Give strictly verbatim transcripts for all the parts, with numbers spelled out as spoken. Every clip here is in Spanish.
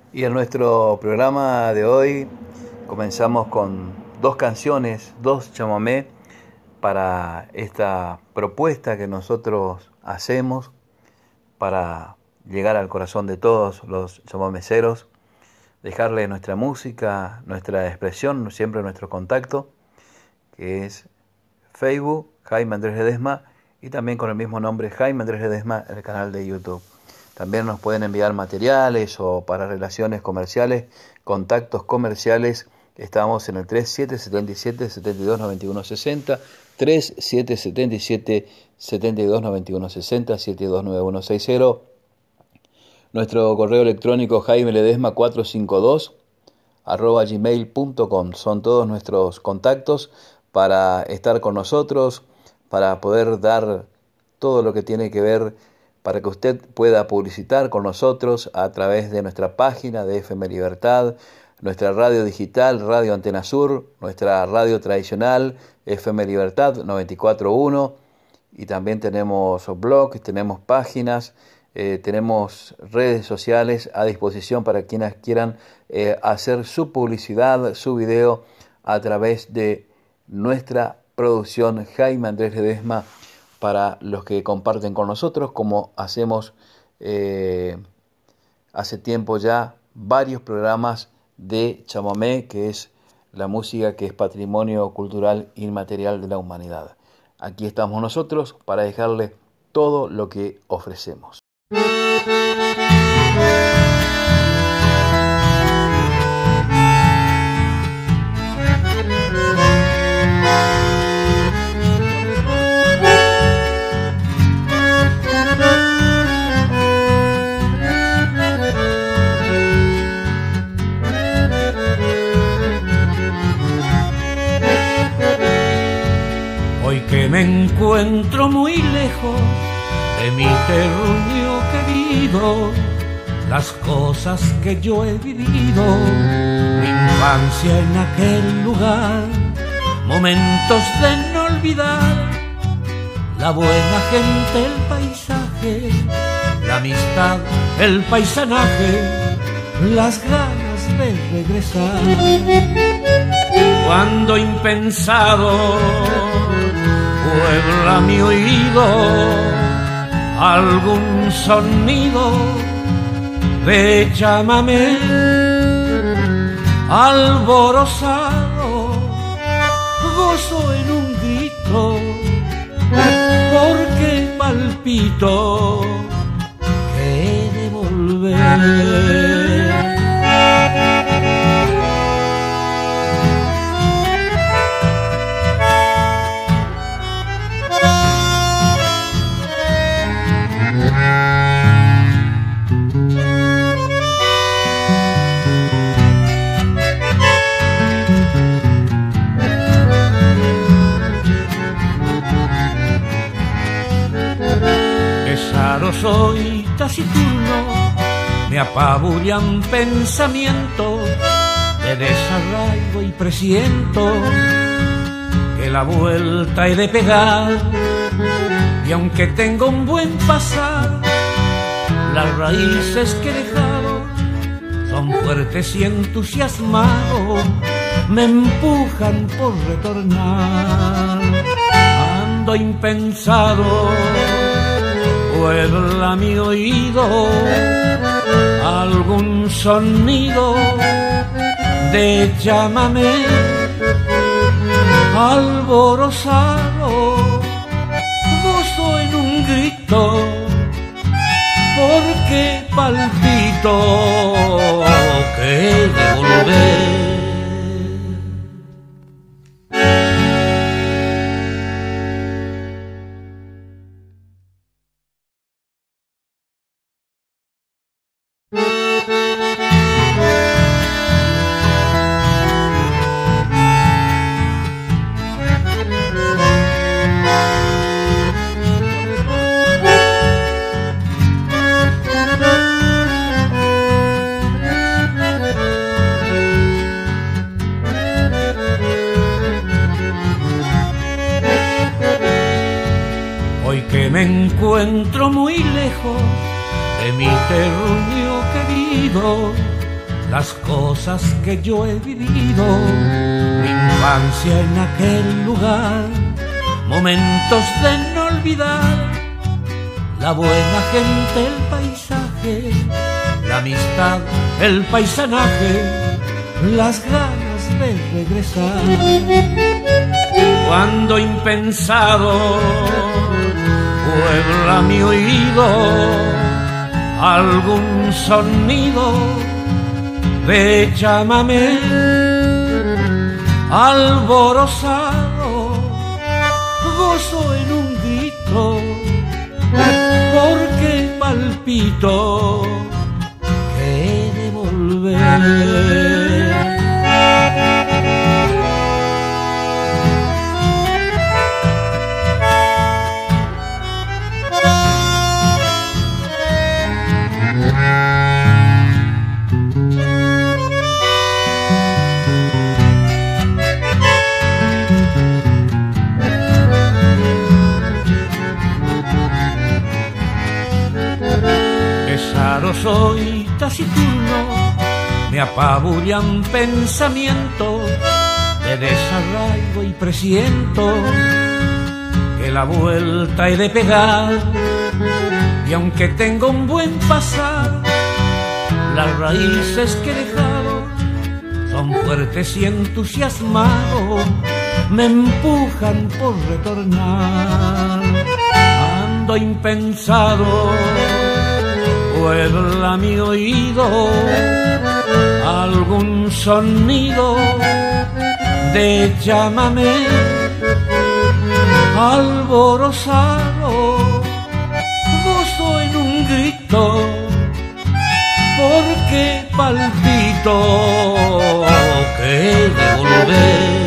Y en nuestro programa de hoy comenzamos con dos canciones, dos chamamé para esta propuesta que nosotros hacemos para llegar al corazón de todos los chamameceros, dejarle nuestra música, nuestra expresión, siempre nuestro contacto, que es Facebook, Jaime Andrés Ledesma, y también con el mismo nombre, Jaime Andrés Ledesma, en el canal de YouTube. También nos pueden enviar materiales o para relaciones comerciales, contactos comerciales. Estamos en el tres siete siete siete, siete dos nueve uno seis cero, tres siete siete siete, siete dos nueve uno seis cero, siete dos nueve uno seis cero. Nuestro correo electrónico jaime ledesma cuatrocientos cincuenta y dos arroba gmail punto com. Son todos nuestros contactos para estar con nosotros, para poder dar todo lo que tiene que ver, para que usted pueda publicitar con nosotros a través de nuestra página de F M Libertad, nuestra radio digital, Radio Antena Sur, nuestra radio tradicional, F M Libertad noventa y cuatro punto uno, y también tenemos blogs, tenemos páginas, eh, tenemos redes sociales a disposición para quienes quieran eh, hacer su publicidad, su video a través de nuestra producción Jaime Andrés Ledesma, para los que comparten con nosotros, como hacemos eh, hace tiempo ya varios programas de chamamé, que es la música que es patrimonio cultural inmaterial de la humanidad. Aquí estamos nosotros para dejarle todo lo que ofrecemos. Que me encuentro muy lejos de mi terruño querido, las cosas que yo he vivido, mi infancia en aquel lugar, momentos de no olvidar, la buena gente, el paisaje, la amistad, el paisanaje, las ganas de regresar. Cuando impensado puebla mi oído algún sonido de chamamé alborozado, gozo en un grito porque palpito que he de volver. Soy taciturno, me apabullan pensamientos de desarraigo y presiento que la vuelta he de pegar, y aunque tengo un buen pasar, las raíces que he dejado son fuertes y entusiasmados, me empujan por retornar. Ando impensado, puebla mi oído algún sonido de chamamé alborozado, gozo en un grito porque palpito que he de volver. me encuentro muy lejos de mi terruño querido, las cosas que yo he vivido, mi infancia en aquel lugar, momentos de no olvidar, la buena gente, el paisaje, la amistad, el paisanaje, las ganas de regresar. Cuando impensado puebla mi oído algún sonido de chamamé alborozado, gozo en un grito porque palpito que he de volver. Soy taciturno, me apabullan pensamientos de desarraigo y presiento que la vuelta he de pegar, y aunque tengo un buen pasar, las raíces que he dejado son fuertes y entusiasmados, me empujan por retornar. Ando impensado, puebla mi oído algún sonido de chamamé alborozado, gozo en un grito porque palpito que he de volver.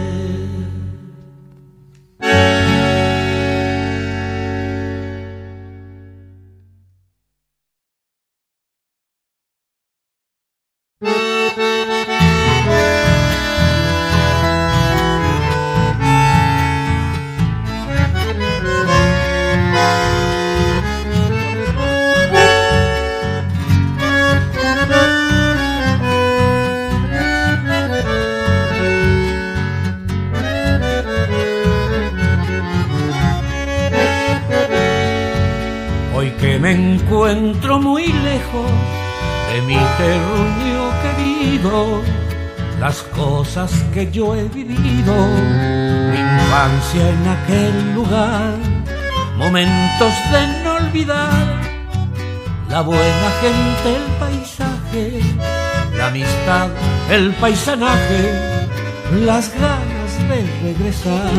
Hoy que me encuentro muy lejos de mi terruño querido, las cosas que yo he vivido, mi infancia en aquel lugar, momentos de no olvidar, la buena gente, el paisaje, la amistad, el paisanaje, las ganas de regresar.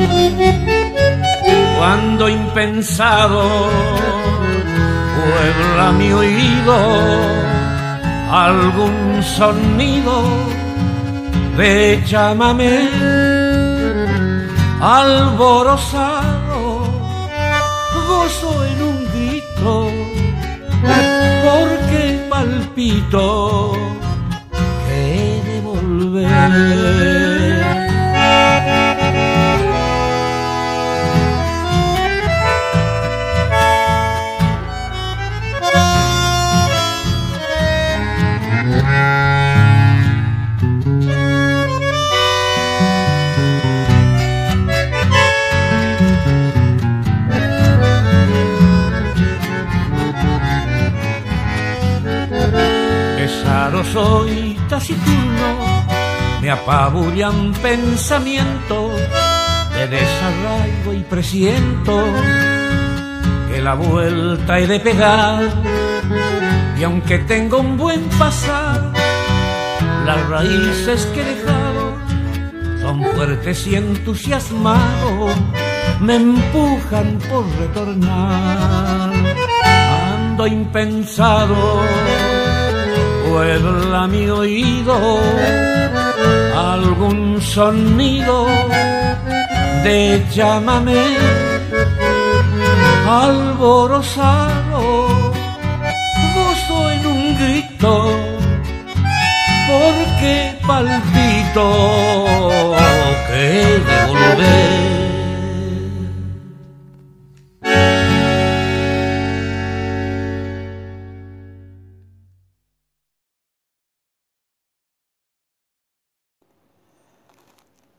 Cuando impensado puebla mi oído algún sonido de chamamé alborozado, gozo en un grito porque palpito que he de volver. Pesado soy, taciturno, me apabullan pensamientos de desarraigo y presiento que la vuelta he de pegar, y aunque tengo un buen pasar, las raíces que he dejado son fuertes y entusiasmados, me empujan por retornar. Ando impensado, puebla mi oído algún sonido de chamamé alborozado, gozo en un grito porque palpito que he de volver.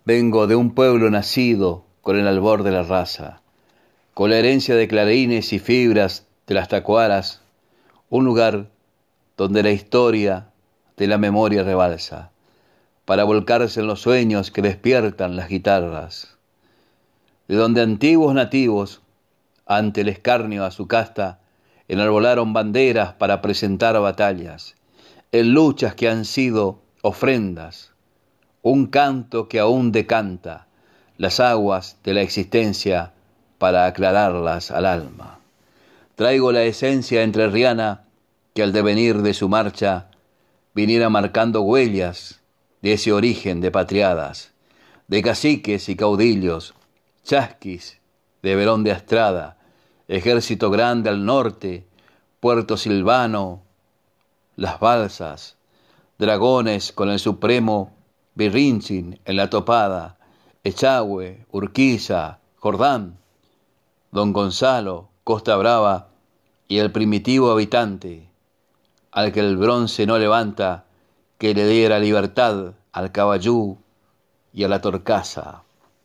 Vengo de un pueblo nacido con el albor de la raza, con la herencia de clarines y fibras de las tacuaras, un lugar donde la historia de la memoria rebalsa, para volcarse en los sueños que despiertan las guitarras, de donde antiguos nativos, ante el escarnio a su casta, enarbolaron banderas para presentar batallas, en luchas que han sido ofrendas, un canto que aún decanta las aguas de la existencia para aclararlas al alma. Traigo la esencia entrerriana que al devenir de su marcha viniera marcando huellas de ese origen de patriadas, de caciques y caudillos, chasquis de Verón de Astrada, ejército grande al norte, Puerto Silvano, las balsas, dragones con el supremo Birrinchin en la topada, Echagüe, Urquiza, Jordán, Don Gonzalo, Costa Brava y el primitivo habitante, al que el bronce no levanta, que le diera libertad al caballú y a la torcaza.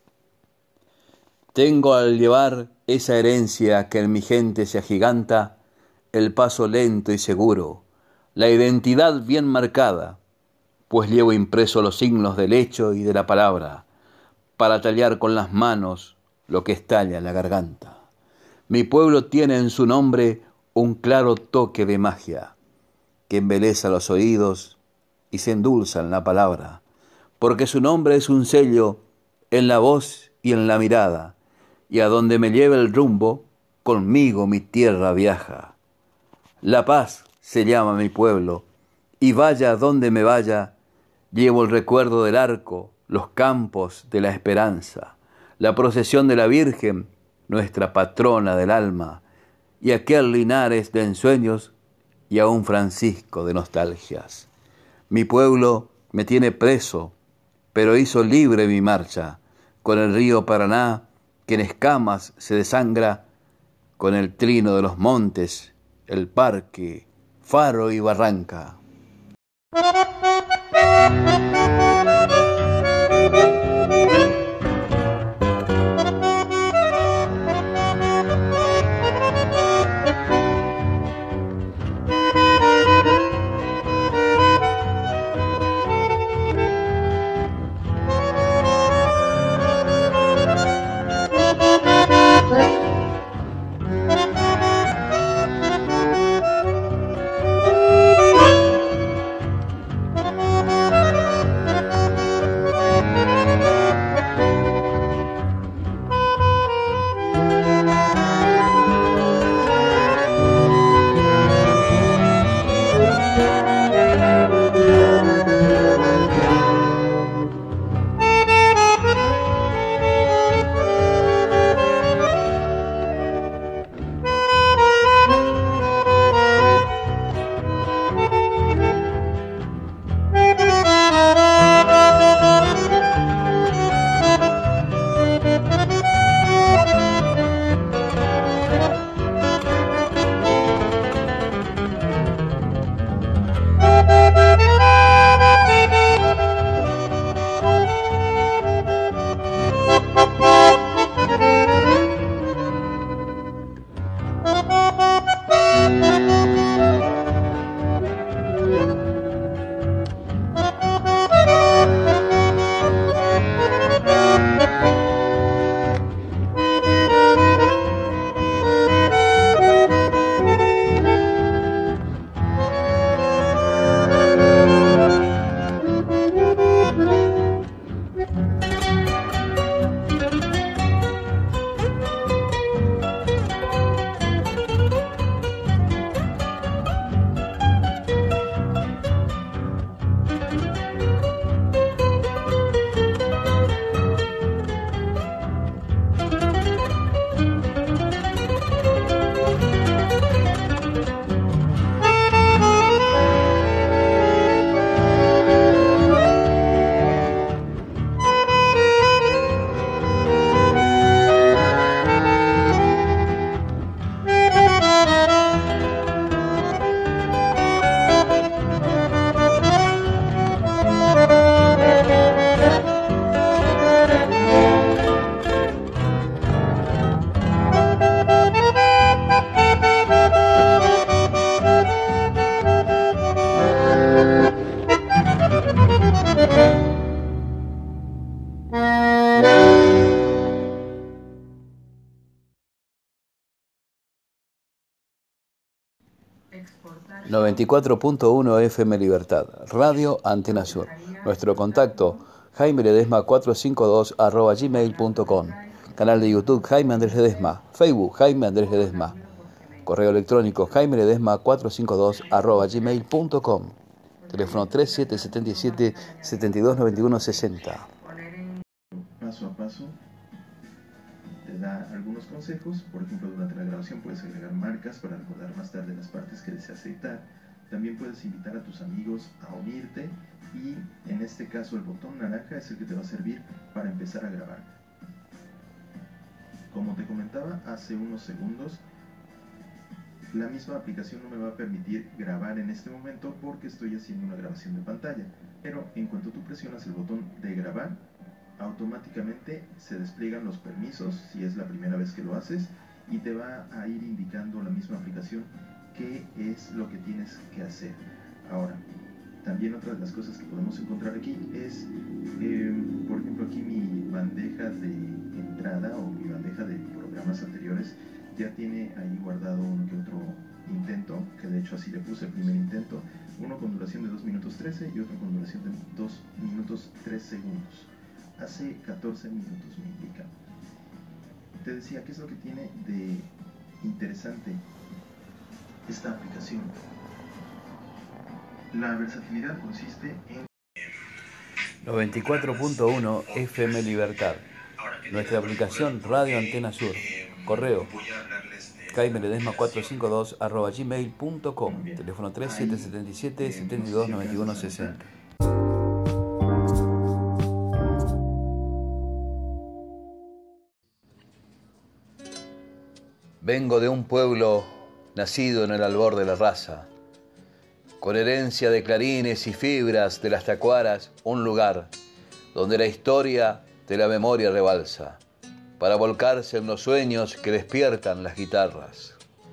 Tengo al llevar esa herencia que en mi gente se agiganta, el paso lento y seguro, la identidad bien marcada, pues llevo impreso los signos del hecho y de la palabra, para tallar con las manos lo que estalla en la garganta. Mi pueblo tiene en su nombre un claro toque de magia, que embeleza los oídos y se endulza en la palabra, porque su nombre es un sello en la voz y en la mirada, y a donde me lleve el rumbo, conmigo mi tierra viaja. La Paz se llama mi pueblo, y vaya donde me vaya, llevo el recuerdo del arco, los campos de la esperanza, la procesión de la Virgen, nuestra patrona del alma, y aquel Linares de ensueños y a un Francisco de nostalgias. Mi pueblo me tiene preso, pero hizo libre mi marcha, con el río Paraná, que en escamas se desangra, con el trino de los montes, el parque, faro y barranca. noventa y cuatro punto uno F M Libertad, Radio Antena Sur. Nuestro contacto, Jaime Ledesma cuatrocientos cincuenta y dos arroba gmail punto com. Canal de YouTube, Jaime Andrés Ledesma. Facebook, Jaime Andrés Ledesma. Correo electrónico, jaime ledesma cuatrocientos cincuenta y dos arroba gmail punto com. Teléfono tres siete siete siete, siete dos nueve uno seis cero. Paso a paso te da algunos consejos. Por ejemplo, durante la grabación puedes agregar marcas para recordar más tarde las partes que deseas editar. También puedes invitar a tus amigos a unirte y en este caso el botón naranja es el que te va a servir para empezar a grabar. Como te comentaba hace unos segundos, la misma aplicación no me va a permitir grabar en este momento porque estoy haciendo una grabación de pantalla, pero en cuanto tú presionas el botón de grabar, automáticamente se despliegan los permisos si es la primera vez que lo haces y te va a ir indicando la misma aplicación qué es lo que tienes que hacer. Ahora, también otra de las cosas que podemos encontrar aquí es, eh, por ejemplo, aquí mi bandeja de entrada o mi bandeja de programas anteriores ya tiene ahí guardado uno que otro intento, que de hecho así le puse el primer intento, uno con duración de dos minutos trece y otro con duración de dos minutos tres segundos. Hace catorce minutos me indica. Te decía, ¿qué es lo que tiene de interesante esta aplicación? La versatilidad consiste en noventa y cuatro punto uno F M Libertad. Nuestra aplicación Radio Antena Sur. Correo jaime ledesma cuatrocientos cincuenta y dos arroba gmail punto com. Teléfono tres siete siete siete, siete dos nueve uno seis cero. Vengo de un pueblo nacido en el albor de la raza, con herencia de clarines y fibras de las tacuaras, un lugar donde la historia de la memoria rebalsa, para volcarse en los sueños que despiertan las guitarras.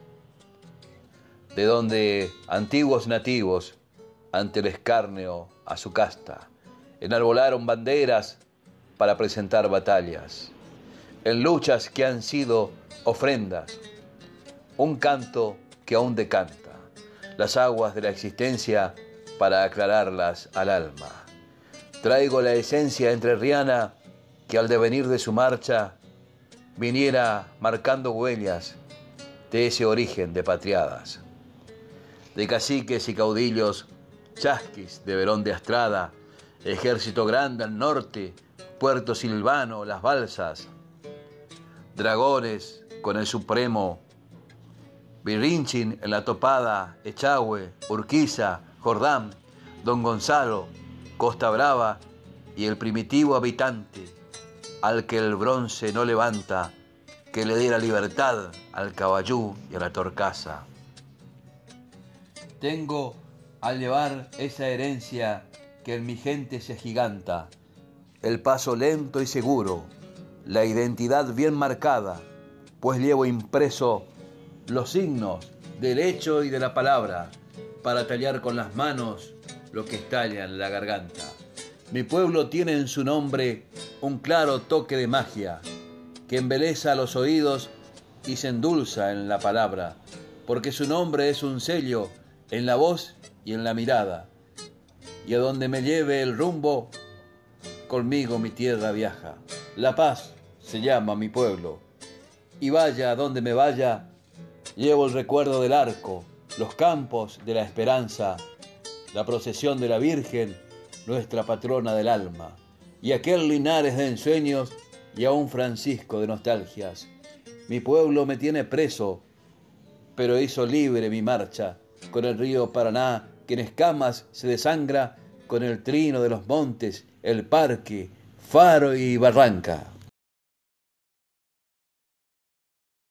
De donde antiguos nativos, ante el escarnio a su casta, enarbolaron banderas para presentar batallas, en luchas que han sido ofrendas, un canto que aún decanta las aguas de la existencia para aclararlas al alma. Traigo la esencia entrerriana que al devenir de su marcha viniera marcando huellas de ese origen de patriadas, de caciques y caudillos, chasquis de Verón de Astrada, ejército grande al norte, Puerto Silvano, las balsas, dragones con el supremo Birrinchin en la Topada, Echagüe, Urquiza, Jordán, Don Gonzalo, Costa Brava y el primitivo habitante al que el bronce no levanta, que le diera libertad al caballú y a la torcaza. Tengo al llevar esa herencia que en mi gente se agiganta, el paso lento y seguro, la identidad bien marcada, pues llevo impreso los signos del hecho y de la palabra, para tallar con las manos lo que estalla en la garganta. Mi pueblo tiene en su nombre un claro toque de magia, que embeleza los oídos y se endulza en la palabra, porque su nombre es un sello en la voz y en la mirada, y a donde me lleve el rumbo, conmigo mi tierra viaja. La Paz se llama mi pueblo, y vaya a donde me vaya, llevo el recuerdo del arco, los campos de la esperanza, la procesión de la Virgen, nuestra patrona del alma, y aquel Linares de ensueños y a un Francisco de nostalgias. Mi pueblo me tiene preso, pero hizo libre mi marcha, con el río Paraná que en escamas se desangra, con el trino de los montes, el parque, faro y barranca.